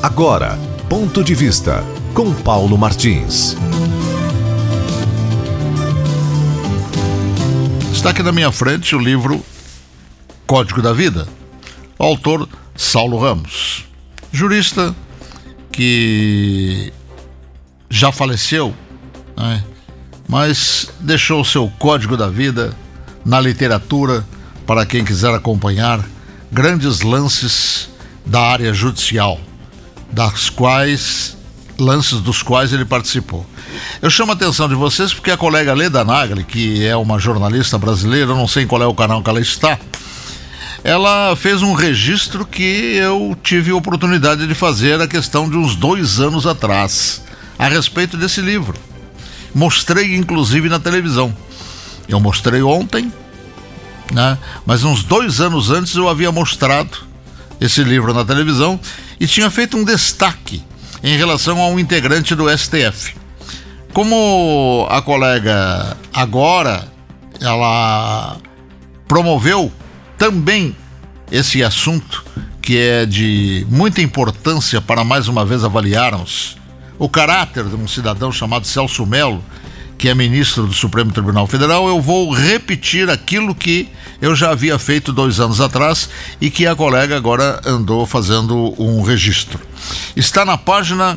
Agora, Ponto de Vista, com Paulo Martins. Está aqui na minha frente o livro Código da Vida, o autor Saulo Ramos, jurista que já faleceu, né? Mas deixou o seu Código da Vida na literatura para quem quiser acompanhar grandes lances da área judicial, lances dos quais ele participou. Eu chamo a atenção de vocês porque a colega Leda Nagli, que é uma jornalista brasileira, eu não sei em qual é o canal que ela está, ela fez um registro que eu tive a oportunidade de fazer a questão de uns 2 anos atrás, a respeito desse livro. Mostrei inclusive na televisão. Eu mostrei ontem, né? Mas uns 2 anos antes eu havia mostrado esse livro na televisão e tinha feito um destaque em relação a um integrante do STF. Como a colega agora, ela promoveu também esse assunto que é de muita importância para mais uma vez avaliarmos o caráter de um cidadão chamado Celso Mello, que é ministro do Supremo Tribunal Federal, eu vou repetir aquilo que eu já havia feito 2 anos atrás e que a colega agora andou fazendo um registro. Está na página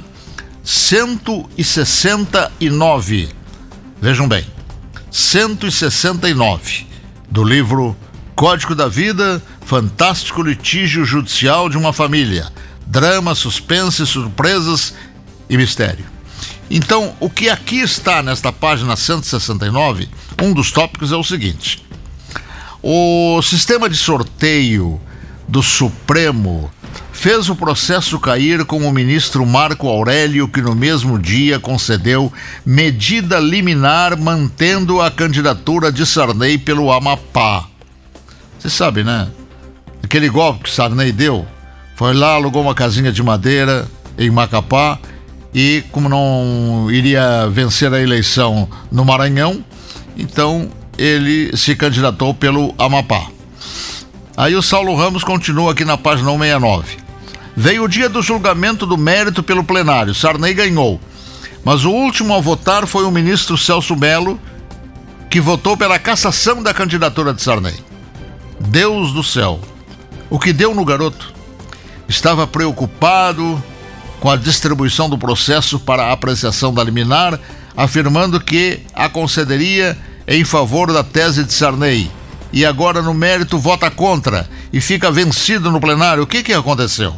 169, vejam bem, 169 do livro Código da Vida, Fantástico Litígio Judicial de uma Família, Drama, Suspense, Surpresas e Mistério. Então, o que aqui está nesta página 169, um dos tópicos é o seguinte: o sistema de sorteio do Supremo fez o processo cair com o ministro Marco Aurélio, que no mesmo dia concedeu medida liminar mantendo a candidatura de Sarney pelo Amapá. Você sabe, né? Aquele golpe que Sarney deu, foi lá, alugou uma casinha de madeira em Macapá e, como não iria vencer a eleição no Maranhão, então ele se candidatou pelo Amapá. Aí o Saulo Ramos continua aqui na página 169. Veio o dia do julgamento do mérito pelo plenário. Sarney ganhou, mas o último a votar foi o ministro Celso Mello, que votou pela cassação da candidatura de Sarney. Deus do céu, o que deu no garoto? Estava preocupado com a distribuição do processo para a apreciação da liminar, afirmando que a concederia em favor da tese de Sarney. E agora no mérito vota contra e fica vencido no plenário. O que aconteceu?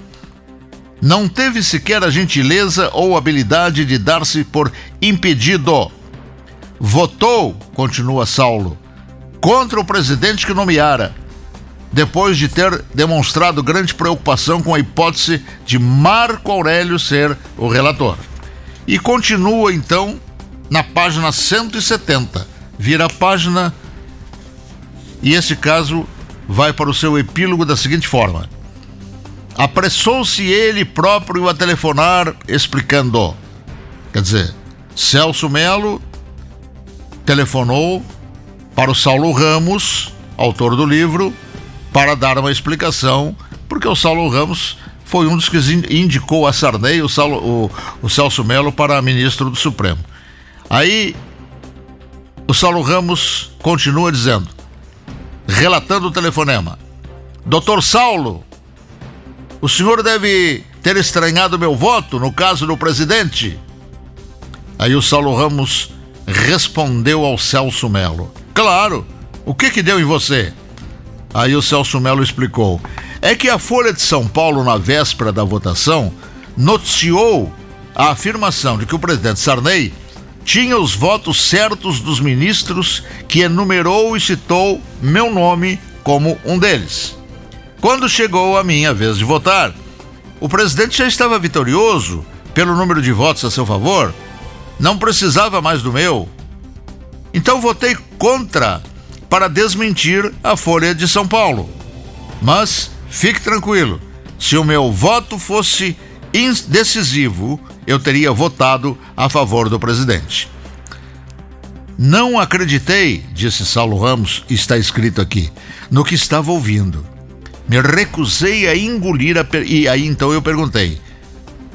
Não teve sequer a gentileza ou habilidade de dar-se por impedido. Votou, continua Saulo, contra o presidente que nomeara, depois de ter demonstrado grande preocupação com a hipótese de Marco Aurélio ser o relator. E continua então na página 170, vira a página e esse caso vai para o seu epílogo da seguinte forma: apressou-se ele próprio a telefonar explicando. Quer dizer, Celso Mello telefonou para o Saulo Ramos, autor do livro, para dar uma explicação, porque o Saulo Ramos foi um dos que indicou a Sarney, o Celso Mello, para ministro do Supremo. Aí o Saulo Ramos continua dizendo, relatando o telefonema: Doutor Saulo, o senhor deve ter estranhado meu voto no caso do presidente. Aí o Saulo Ramos respondeu ao Celso Mello: claro, o que deu em você? Aí o Celso Mello explicou: é que a Folha de São Paulo, na véspera da votação, noticiou a afirmação de que o presidente Sarney tinha os votos certos dos ministros, que enumerou e citou meu nome como um deles. Quando chegou a minha vez de votar, o presidente já estava vitorioso pelo número de votos a seu favor, não precisava mais do meu. Então votei contra para desmentir a Folha de São Paulo. Mas fique tranquilo, se o meu voto fosse indecisivo, eu teria votado a favor do presidente. Não acreditei, disse Saulo Ramos, está escrito aqui, no que estava ouvindo. Me recusei a engolir e aí então eu perguntei: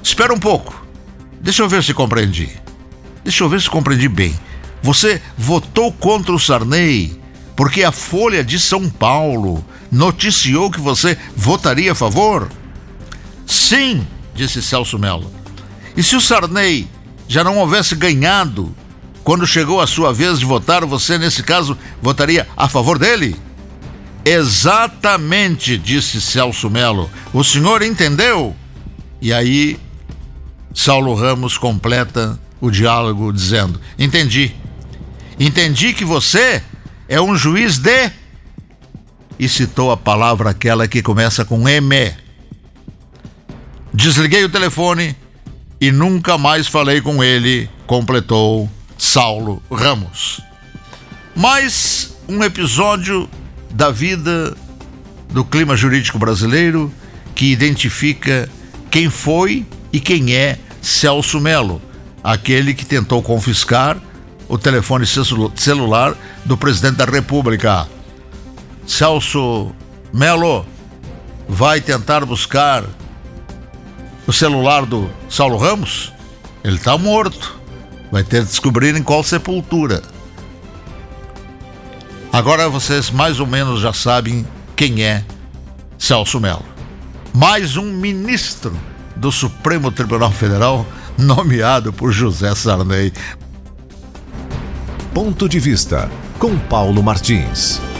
Espera um pouco. Deixa eu ver se compreendi. Deixa eu ver se compreendi bem. Você votou contra o Sarney porque a Folha de São Paulo noticiou que você votaria a favor? Sim, disse Celso Mello. E se o Sarney já não houvesse ganhado, quando chegou a sua vez de votar, você, nesse caso, votaria a favor dele? Exatamente, disse Celso Mello. O senhor entendeu? E aí, Saulo Ramos completa o diálogo dizendo: entendi. Entendi que você é um juiz de... E citou a palavra aquela que começa com M. Desliguei o telefone e nunca mais falei com ele, completou Saulo Ramos. Mais um episódio da vida do clima jurídico brasileiro que identifica quem foi e quem é Celso Mello, aquele que tentou confiscar o telefone celular do presidente da República. Celso Mello vai tentar buscar o celular do Saulo Ramos? Ele está morto. Vai ter que descobrir em qual sepultura. Agora vocês mais ou menos já sabem quem é Celso Mello. Mais um ministro do Supremo Tribunal Federal nomeado por José Sarney. Ponto de Vista, com Paulo Martins.